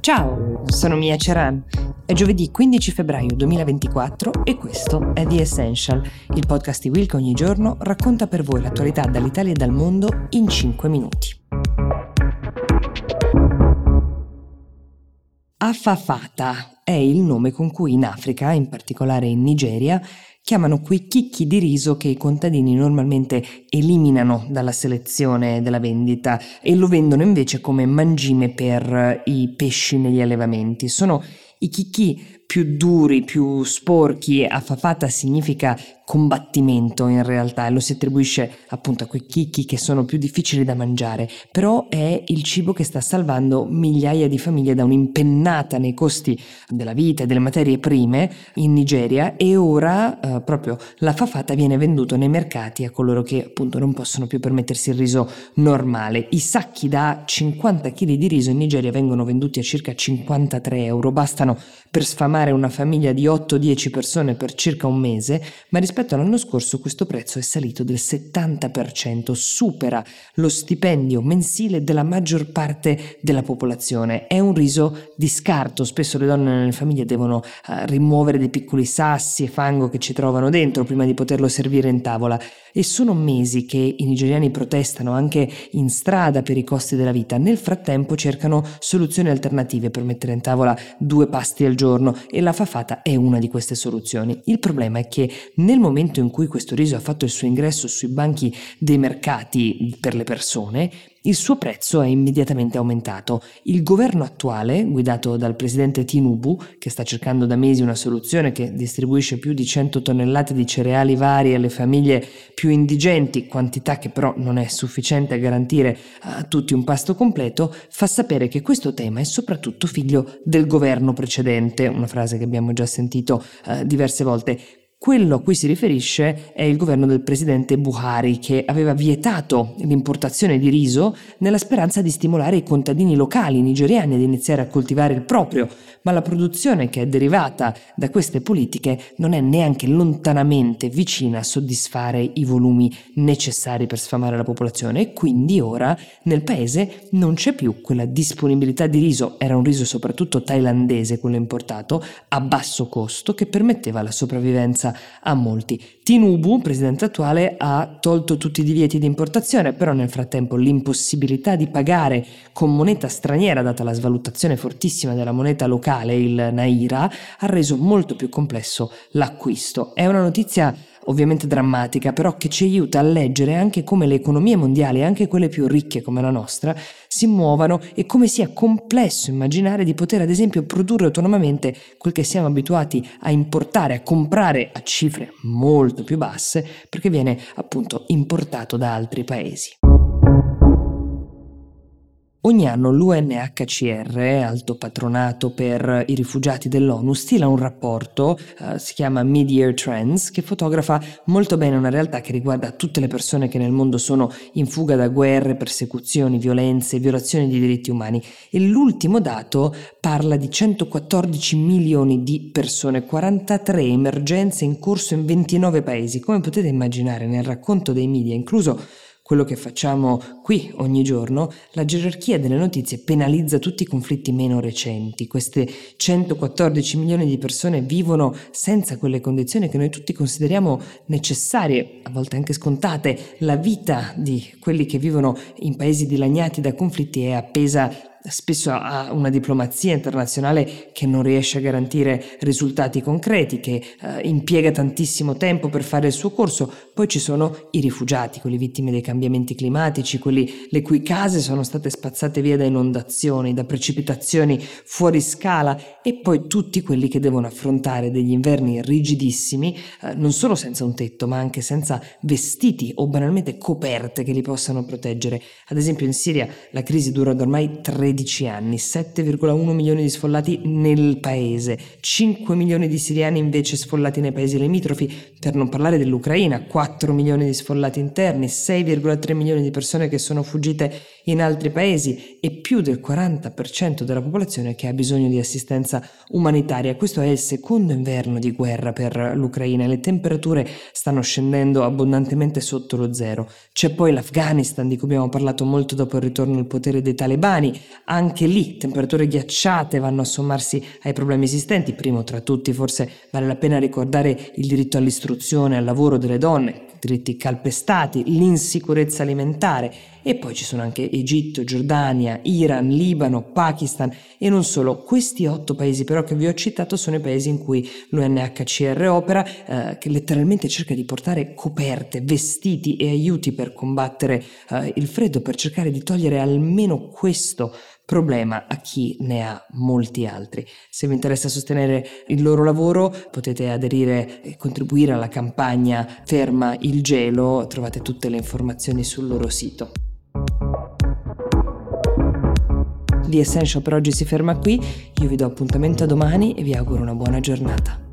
Ciao, sono Mia Ceran. È giovedì 15 febbraio 2024 e questo è The Essential, il podcast di Will che ogni giorno racconta per voi l'attualità dall'Italia e dal mondo in 5 minuti. Afafata è il nome con cui in Africa, in particolare in Nigeria, chiamano quei chicchi di riso che i contadini normalmente eliminano dalla selezione della vendita e lo vendono invece come mangime per i pesci negli allevamenti. Sono i chicchi più duri, più sporchi. Afafata significa combattimento in realtà e lo si attribuisce appunto a quei chicchi che sono più difficili da mangiare, però è il cibo che sta salvando migliaia di famiglie da un'impennata nei costi della vita e delle materie prime in Nigeria, e ora proprio l'afafata viene venduto nei mercati a coloro che appunto non possono più permettersi il riso normale. I sacchi da 50 kg di riso in Nigeria vengono venduti a circa 53 euro, bastano per sfamare una famiglia di 8-10 persone per circa un mese, ma rispetto all'anno scorso questo prezzo è salito del 70%, supera lo stipendio mensile della maggior parte della popolazione. È un riso di scarto, spesso le donne nelle famiglie devono rimuovere dei piccoli sassi e fango che ci trovano dentro prima di poterlo servire in tavola, e sono mesi che i nigeriani protestano anche in strada per i costi della vita. Nel frattempo cercano soluzioni alternative per mettere in tavola 2 pasti al giorno e la fafata è una di queste soluzioni. Il problema è che nel momento in cui questo riso ha fatto il suo ingresso sui banchi dei mercati per le persone, il suo prezzo è immediatamente aumentato. Il governo attuale, guidato dal presidente Tinubu, che sta cercando da mesi una soluzione che distribuisce più di 100 tonnellate di cereali vari alle famiglie più indigenti, quantità che però non è sufficiente a garantire a tutti un pasto completo, fa sapere che questo tema è soprattutto figlio del governo precedente, una frase che abbiamo già sentito diverse volte. Quello a cui si riferisce è il governo del presidente Buhari, che aveva vietato l'importazione di riso nella speranza di stimolare i contadini locali nigeriani ad iniziare a coltivare il proprio, ma la produzione che è derivata da queste politiche non è neanche lontanamente vicina a soddisfare i volumi necessari per sfamare la popolazione, e quindi ora nel paese non c'è più quella disponibilità di riso. Era un riso soprattutto thailandese, quello importato, a basso costo, che permetteva la sopravvivenza a molti. Tinubu, presidente attuale, ha tolto tutti i divieti di importazione, però nel frattempo l'impossibilità di pagare con moneta straniera, data la svalutazione fortissima della moneta locale, il Naira, ha reso molto più complesso l'acquisto. È una notizia ovviamente drammatica, però che ci aiuta a leggere anche come le economie mondiali, anche quelle più ricche come la nostra, si muovano e come sia complesso immaginare di poter ad esempio produrre autonomamente quel che siamo abituati a importare, a comprare a cifre molto più basse, perché viene appunto importato da altri paesi. Ogni anno l'UNHCR, Alto Patronato per i rifugiati dell'ONU, stila un rapporto, si chiama Mid-Year Trends, che fotografa molto bene una realtà che riguarda tutte le persone che nel mondo sono in fuga da guerre, persecuzioni, violenze, violazioni di diritti umani. E l'ultimo dato parla di 114 milioni di persone, 43 emergenze in corso in 29 paesi. Come potete immaginare, nel racconto dei media, incluso quello che facciamo qui ogni giorno, la gerarchia delle notizie penalizza tutti i conflitti meno recenti. Queste 114 milioni di persone vivono senza quelle condizioni che noi tutti consideriamo necessarie, a volte anche scontate. La vita di quelli che vivono in paesi dilaniati da conflitti è appesa spesso a una diplomazia internazionale che non riesce a garantire risultati concreti, che impiega tantissimo tempo per fare il suo corso. Poi ci sono i rifugiati, quelli vittime dei cambiamenti climatici, quelli le cui case sono state spazzate via da inondazioni, da precipitazioni fuori scala, e poi tutti quelli che devono affrontare degli inverni rigidissimi, non solo senza un tetto ma anche senza vestiti o banalmente coperte che li possano proteggere. Ad esempio in Siria la crisi dura da ormai 13 anni, 7,1 milioni di sfollati nel paese, 5 milioni di siriani invece sfollati nei paesi limitrofi, per non parlare dell'Ucraina, 4 milioni di sfollati interni, 6,3 milioni di persone che sono fuggite in altri paesi è più del 40% della popolazione che ha bisogno di assistenza umanitaria. Questo è il secondo inverno di guerra per l'Ucraina e le temperature stanno scendendo abbondantemente sotto lo zero. C'è poi l'Afghanistan, di cui abbiamo parlato molto dopo il ritorno al potere dei talebani. Anche lì temperature ghiacciate vanno a sommarsi ai problemi esistenti. Primo tra tutti forse vale la pena ricordare il diritto all'istruzione, al lavoro delle donne, diritti calpestati, l'insicurezza alimentare, e poi ci sono anche Egitto, Giordania, Iran, Libano, Pakistan e non solo. Questi 8 paesi però che vi ho citato sono i paesi in cui l'UNHCR opera, che letteralmente cerca di portare coperte, vestiti e aiuti per combattere il freddo, per cercare di togliere almeno questo problema a chi ne ha molti altri. Se vi interessa sostenere il loro lavoro potete aderire e contribuire alla campagna Ferma il gelo, trovate tutte le informazioni sul loro sito. The Essential per oggi si ferma qui, io vi do appuntamento a domani e vi auguro una buona giornata.